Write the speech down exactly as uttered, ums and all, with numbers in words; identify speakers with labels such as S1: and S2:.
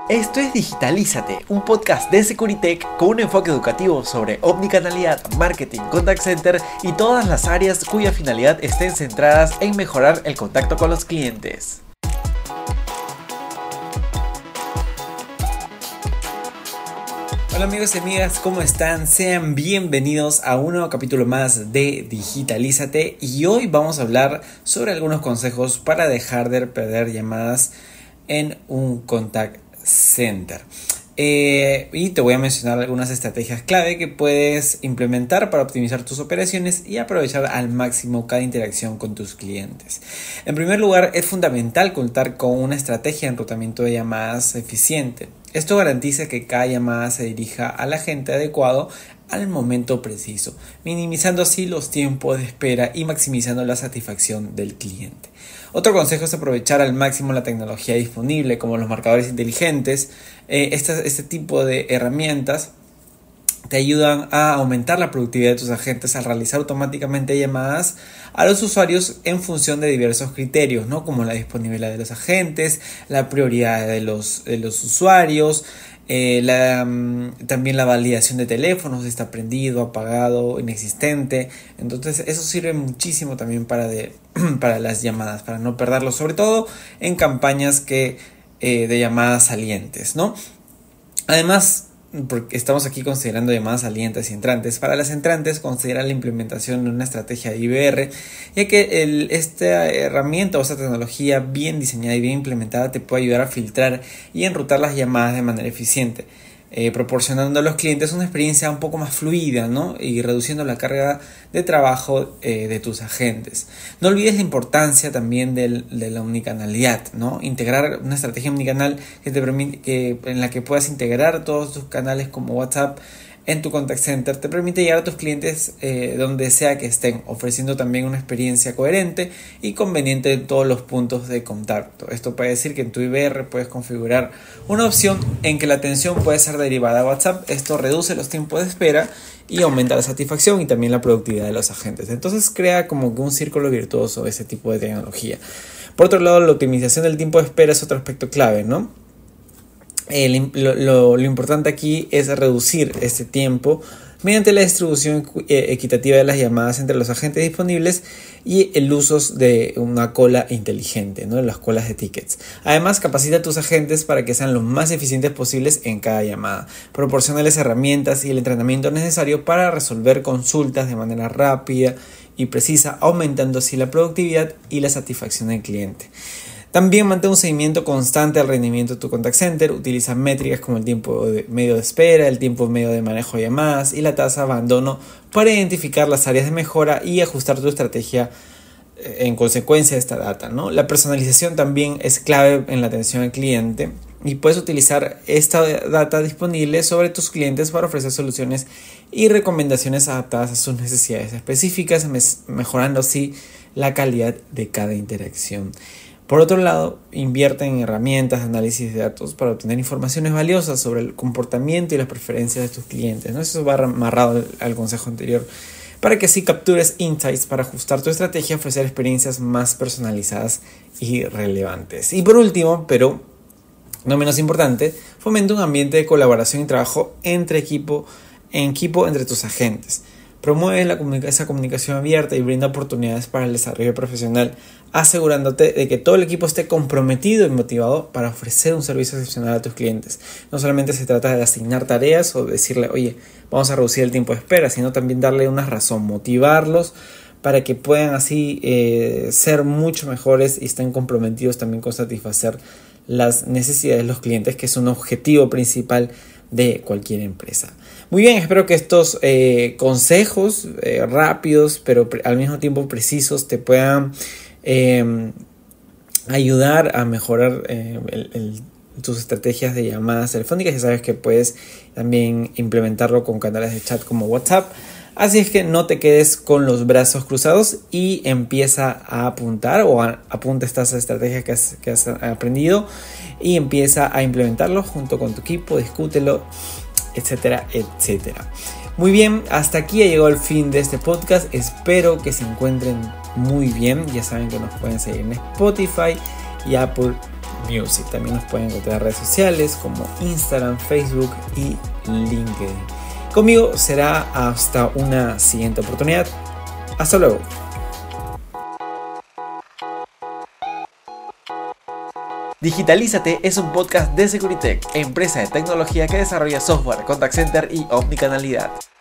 S1: Esto es Digitalízate, un podcast de Securitech con un enfoque educativo sobre omnicanalidad, marketing, contact center y todas las áreas cuya finalidad estén centradas en mejorar el contacto con los clientes. Hola amigos y amigas, ¿cómo están? Sean bienvenidos a un nuevo capítulo más de Digitalízate y hoy vamos a hablar sobre algunos consejos para dejar de perder llamadas en un contact center. Eh, y te voy a mencionar algunas estrategias clave que puedes implementar para optimizar tus operaciones y aprovechar al máximo cada interacción con tus clientes. En primer lugar, es fundamental contar con una estrategia de enrutamiento de llamadas eficiente. Esto garantiza que cada llamada se dirija al agente adecuado al momento preciso, minimizando así los tiempos de espera y maximizando la satisfacción del cliente. Otro consejo es aprovechar al máximo la tecnología disponible, como los marcadores inteligentes. Eh, este, este tipo de herramientas te ayudan a aumentar la productividad de tus agentes al realizar automáticamente llamadas a los usuarios en función de diversos criterios, ¿no? Como la disponibilidad de los agentes, la prioridad de los, de los usuarios, eh, la, también la validación de teléfonos, si está prendido, apagado, inexistente. Entonces eso sirve muchísimo también para, de, para las llamadas, para no perderlo, sobre todo en campañas que, eh, de llamadas salientes, ¿no? Además, porque estamos aquí considerando llamadas salientes y entrantes. Para las entrantes, considera la implementación de una estrategia de I V R, ya que el, esta herramienta o esta tecnología bien diseñada y bien implementada te puede ayudar a filtrar y enrutar las llamadas de manera eficiente, eh, proporcionando a los clientes una experiencia un poco más fluida, ¿no? Y reduciendo la carga de trabajo eh, de tus agentes. No olvides la importancia también del, de la omnicanalidad, ¿no? Integrar una estrategia omnicanal que te permite, que, en la que puedas integrar todos tus canales como WhatsApp en tu contact center, te permite llegar a tus clientes eh, donde sea que estén, ofreciendo también una experiencia coherente y conveniente en todos los puntos de contacto. Esto puede decir que en tu I V R puedes configurar una opción en que la atención puede ser derivada a WhatsApp. Esto reduce los tiempos de espera y aumenta la satisfacción y también la productividad de los agentes. Entonces crea como que un círculo virtuoso ese tipo de tecnología. Por otro lado, la optimización del tiempo de espera es otro aspecto clave, ¿no? Eh, lo, lo, lo importante aquí es reducir este tiempo mediante la distribución eh, equitativa de las llamadas entre los agentes disponibles y el uso de una cola inteligente, ¿no? Las colas de tickets. Además, capacita a tus agentes para que sean lo más eficientes posibles en cada llamada. Proporcionales herramientas y el entrenamiento necesario para resolver consultas de manera rápida y precisa, aumentando así la productividad y la satisfacción del cliente. También mantén un seguimiento constante del rendimiento de tu contact center. Utiliza métricas como el tiempo de medio de espera, el tiempo medio de manejo de llamadas y la tasa de abandono para identificar las áreas de mejora y ajustar tu estrategia en consecuencia de esta data, ¿no? La personalización también es clave en la atención al cliente y puedes utilizar esta data disponible sobre tus clientes para ofrecer soluciones y recomendaciones adaptadas a sus necesidades específicas, mejorando así la calidad de cada interacción. Por otro lado, invierte en herramientas de análisis de datos para obtener informaciones valiosas sobre el comportamiento y las preferencias de tus clientes, ¿no? Eso va amarrado al consejo anterior, para que así captures insights para ajustar tu estrategia y ofrecer experiencias más personalizadas y relevantes. Y por último, pero no menos importante, fomenta un ambiente de colaboración y trabajo entre equipo, en equipo entre tus agentes. Promueve la comunica- esa comunicación abierta y brinda oportunidades para el desarrollo profesional, asegurándote de que todo el equipo esté comprometido y motivado para ofrecer un servicio excepcional a tus clientes. No solamente se trata de asignar tareas o decirle, oye, vamos a reducir el tiempo de espera, sino también darle una razón, motivarlos para que puedan así eh, ser mucho mejores y estén comprometidos también con satisfacer las necesidades de los clientes, que es un objetivo principal de cualquier empresa. Muy bien, espero que estos eh, consejos eh, rápidos pero pre- al mismo tiempo precisos te puedan eh, ayudar a mejorar eh, el, el, tus estrategias de llamadas telefónicas. Ya sabes que puedes también implementarlo con canales de chat como WhatsApp. Así es que no te quedes con los brazos cruzados y empieza a apuntar o a, apunta estas estrategias que has, que has aprendido y empieza a implementarlo junto con tu equipo, discútelo, etcétera, etcétera. Muy bien, hasta aquí ha llegado el fin de este podcast. Espero que se encuentren muy bien. Ya saben que nos pueden seguir en Spotify y Apple Music. También nos pueden encontrar en redes sociales como Instagram, Facebook y LinkedIn. Conmigo será hasta una siguiente oportunidad. Hasta luego. Digitalízate es un podcast de Securitech, empresa de tecnología que desarrolla software, contact center y omnicanalidad.